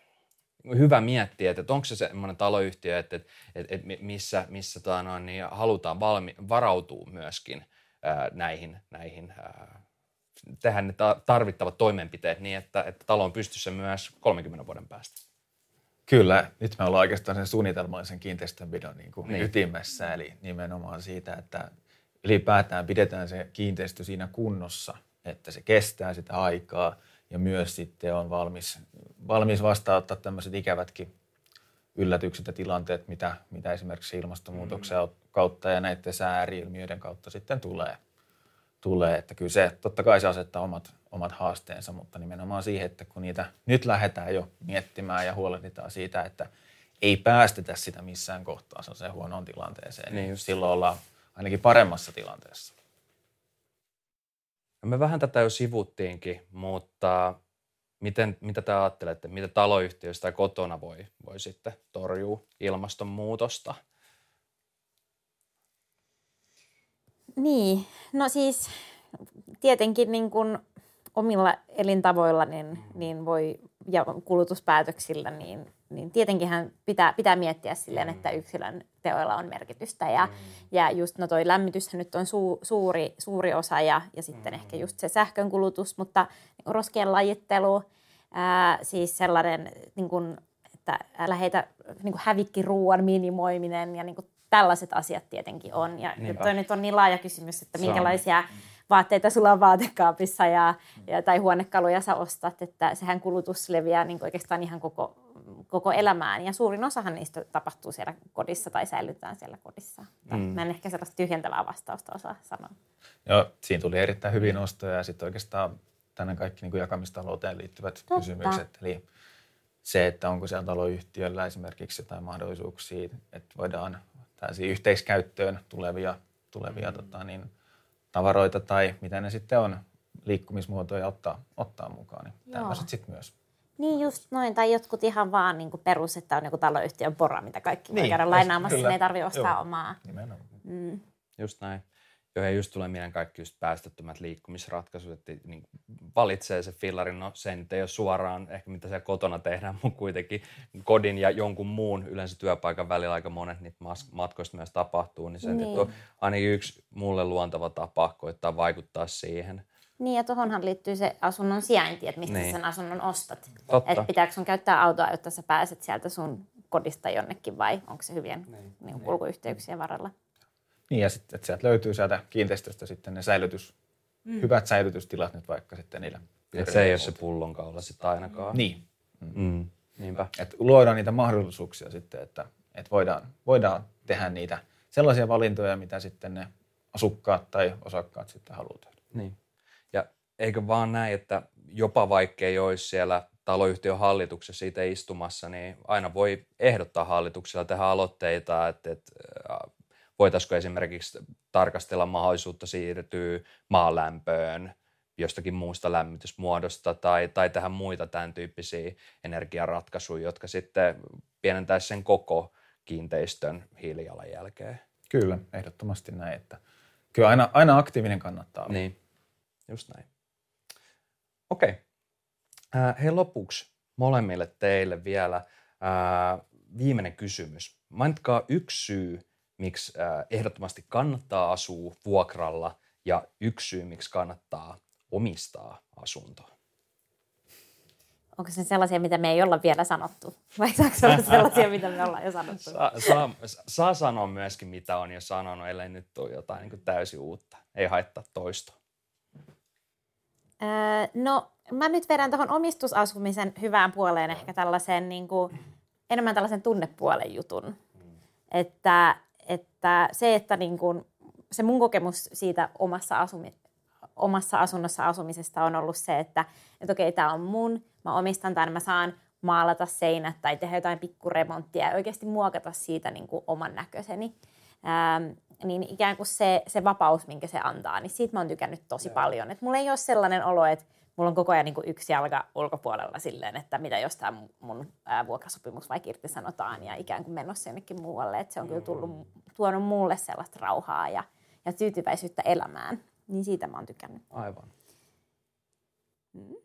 hyvä miettiä, että onko se semmoinen taloyhtiö, että, että, että missä, missä tota noin, niin halutaan valmi, varautua myöskin ää, näihin, näihin ää, tehdä ne tarvittavat toimenpiteet niin, että, että talo on pystyssä myös kolmenkymmenen vuoden päästä. Kyllä, nyt me ollaan oikeastaan sen suunnitelmallisen kiinteistönpidon niin kuin niin. ytimessä, eli nimenomaan siitä, että ylipäätään pidetään se kiinteistö siinä kunnossa, että se kestää sitä aikaa, ja myös sitten on valmis, valmis vastaanottaa tämmöiset ikävätkin yllätykset ja tilanteet, mitä, mitä esimerkiksi ilmastonmuutoksen mm. kautta ja näiden sääri-ilmiöiden kautta sitten tulee. tulee. Että kyllä se, totta kai se asettaa omat, omat haasteensa, mutta nimenomaan siihen, että kun niitä nyt lähdetään jo miettimään ja huolehditaan siitä, että ei päästetä sitä missään kohtaa se huonoon tilanteeseen, niin, niin silloin ollaan ainakin paremmassa tilanteessa. Me vähän tätä jo sivuttiinkin, mutta miten, mitä te ajattelette, mitä taloyhtiöistä tai kotona voi, voi sitten torjua ilmastonmuutosta? Niin, no siis tietenkin niin kuin omilla elintavoilla niin, niin voi, ja kulutuspäätöksillä, niin, niin tietenkinhän pitää, pitää miettiä silleen, että yksilön teoilla on merkitystä. Ja, mm. ja just no toi lämmityshän nyt on su, suuri, suuri osa ja, ja sitten mm. ehkä just se sähkönkulutus, mutta roskien lajittelu, ää, siis sellainen, niin kuin, että älä heitä niin kuin hävikkiruuan minimoiminen ja niin kuin tällaiset asiat tietenkin on. Ja Niinpä. Toi nyt on niin laaja kysymys, että minkälaisia vaatteita sulla on vaatekaapissa ja, ja, tai huonekaluja sä ostat, että sehän kulutus leviää niin oikeastaan ihan koko, koko elämään. Ja suurin osahan niistä tapahtuu siellä kodissa tai säilytetään siellä kodissa. Mm. Mä en ehkä sellaista tyhjentävää vastausta osaa sanoa. Joo, siinä tuli erittäin hyvin nostoja ja sitten oikeastaan tänne kaikki niin kuin jakamistalouteen liittyvät Totta. kysymykset. Eli se, että onko siellä taloyhtiöllä esimerkiksi jotain mahdollisuuksia, että voidaan tällaisia yhteiskäyttöön tulevia, tulevia mm. tota, niin, tavaroita tai mitä ne sitten on, liikkumismuotoja ottaa, ottaa mukaan, niin tämmöiset sitten myös. Niin just noin, tai jotkut ihan vaan niin kuin perus, että on joku taloyhtiön pora, mitä kaikki voi niin, käydä lainaamassa, kyllä. ne ei tarvitse ostaa Joo. omaa. Nimenomaan. Mm. Just näin. Joo, ja just tulee mieleen kaikki just päästöttömät liikkumisratkaisut, että niin valitsee se fillarin, no se nyt ei ole suoraan ehkä mitä siellä kotona tehdään, mutta kuitenkin kodin ja jonkun muun yleensä työpaikan välillä aika monet niitä matkoista myös tapahtuu, niin se niin. nyt on ainakin yksi mulle luontava tapa koittaa vaikuttaa siihen. Niin, ja tuohonhan liittyy se asunnon sijainti, että mistä niin. sen asunnon ostat. Totta. Että pitääkö sun käyttää autoa, jotta sä pääset sieltä sun kodista jonnekin, vai onko se hyvien niin. Niin, kulkuyhteyksien varrella? Niin, ja sitten että sieltä löytyy sieltä kiinteistöstä sitten ne säilytys, mm. hyvät säilytystilat nyt vaikka sitten niillä. Et se ei ole se pullonkaula sitten ainakaan. Niin. Mm. Mm. Niinpä. Et luodaan niitä mahdollisuuksia sitten, että, että voidaan, voidaan tehdä niitä sellaisia valintoja, mitä sitten ne asukkaat tai osakkaat sitten haluaa tehdä. Niin. Ja eikö vaan näin, että jopa vaikka ei olisi siellä taloyhtiön hallituksessa itse istumassa, niin aina voi ehdottaa hallituksella tehdä aloitteita, että, että voitaisiko esimerkiksi tarkastella mahdollisuutta siirtyä maalämpöön jostakin muusta lämmitysmuodosta tai, tai tehdä muita tämän tyyppisiä energiaratkaisuja, jotka sitten pienentäisi sen koko kiinteistön hiilijalanjälkeen. Kyllä, ehdottomasti näin. Että kyllä aina, aina aktiivinen kannattaa olla. Niin, just näin. Okei. Äh, hei lopuksi molemmille teille vielä äh, viimeinen kysymys. Mainitkaa yksi syy, miksi äh, ehdottomasti kannattaa asua vuokralla ja yksi syy, miksi kannattaa omistaa asuntoa. Onko se sellaisia, mitä me ei olla vielä sanottu? Vai saako se olla sellaisia, mitä me ollaan jo sanottu? Saa, saa, saa sanoa myöskin, mitä on jo sanonut, ellei nyt ole jotain niin kuin täysin uutta. Ei haittaa toistoa. Öö, no, mä nyt vedän tuohon omistusasumisen hyvään puoleen ehkä tällaisen niin kuin, enemmän tällaisen tunnepuolen jutun. Mm. Että, että se, että niin kuin, se mun kokemus siitä omassa, asumi, omassa asunnossa asumisesta on ollut se, että, että okei, tämä on mun, mä omistan tämän, mä saan maalata seinät tai tehdä jotain pikkuremonttia ja oikeasti muokata siitä niin kuin oman näköiseni. Ähm, niin ikään kuin se, se vapaus, minkä se antaa, niin siitä mä oon tykännyt tosi Jaa. paljon. Et mulla ei ole sellainen olo, että mulla on koko ajan niin kuin yksi jalka ulkopuolella silleen, että mitä jos tämä mun ää, vuokrasopimus vaikka irtisanotaan ja ikään kuin menossa jonnekin muualle. Et se on mm. kyllä tullut, tuonut mulle sellaista rauhaa ja, ja tyytyväisyyttä elämään. Niin siitä mä oon tykännyt. Aivan. Mm.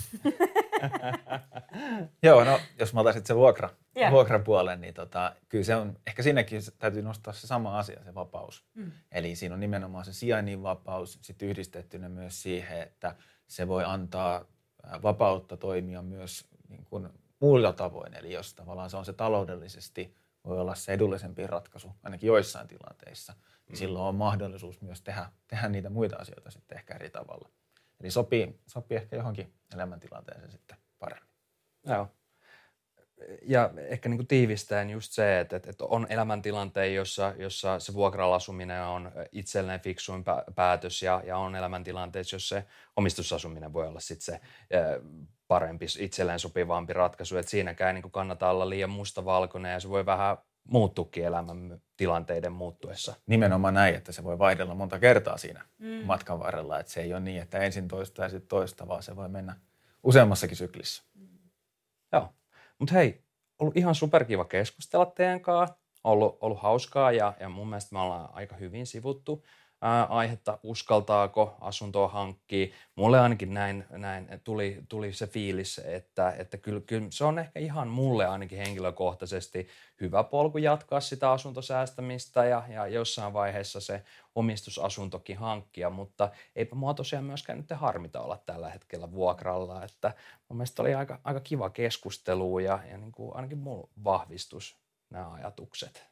Joo, no jos mä otaisin sen vuokra, yeah. vuokrapuolen, niin tota, kyllä se on, ehkä sinnekin täytyy nostaa se sama asia, se vapaus. Mm. Eli siinä on nimenomaan se sijainnin vapaus, sitten yhdistettynä myös siihen, että se voi antaa vapautta toimia myös niin kuin muilla tavoin. Eli jos tavallaan se on se taloudellisesti, voi olla se edullisempi ratkaisu, ainakin joissain tilanteissa, niin mm. silloin on mahdollisuus myös tehdä, tehdä niitä muita asioita sitten ehkä eri tavalla. Eli sopii, sopii ehkä johonkin elämäntilanteeseen sitten paremmin. Joo. Ja ehkä niin kuin tiivistäen just se, että, että on elämäntilanteita, jossa, jossa se vuokralla asuminen on itselleen fiksuin päätös ja, ja on elämäntilanteissa, jossa se omistusasuminen voi olla sitten se parempi, itselleen sopivampi ratkaisu. Että siinäkään niin kuin kannata olla liian mustavalkoinen ja se voi vähän muuttuukin elämän tilanteiden muuttuessa. Nimenomaan näin, että se voi vaihdella monta kertaa siinä mm. matkan varrella. Että se ei ole niin, että ensin toista ja sitten toista, vaan se voi mennä useammassakin syklissä. Mm. Joo. Mutta hei, ollut ihan superkiva keskustella teidän kanssa. Ollut, ollut hauskaa ja, ja mun mielestä me ollaan aika hyvin sivuttu ää, aihetta, uskaltaako asuntoa hankkia. Mulle ainakin näin, näin tuli, tuli se fiilis, että, että kyllä, kyllä se on ehkä ihan mulle ainakin henkilökohtaisesti hyvä polku jatkaa sitä asuntosäästämistä ja, ja jossain vaiheessa se omistusasuntokin hankkia, mutta eipä mua tosiaan myöskään nyt harmita olla tällä hetkellä vuokralla, että mun mielestä oli aika, aika kiva keskustelu ja, ja niin kuin ainakin mulla vahvistus nämä ajatukset.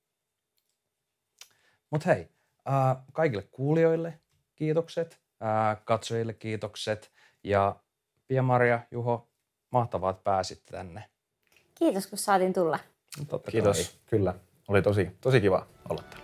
Mutta hei, ää, kaikille kuulijoille kiitokset, ää, katsojille kiitokset ja Pia-Maria, Juho, mahtavaa, että pääsit tänne. Kiitos, kun saatiin tulla. Totta Kiitos, kai. Kyllä. Oli tosi, tosi kiva olla täällä.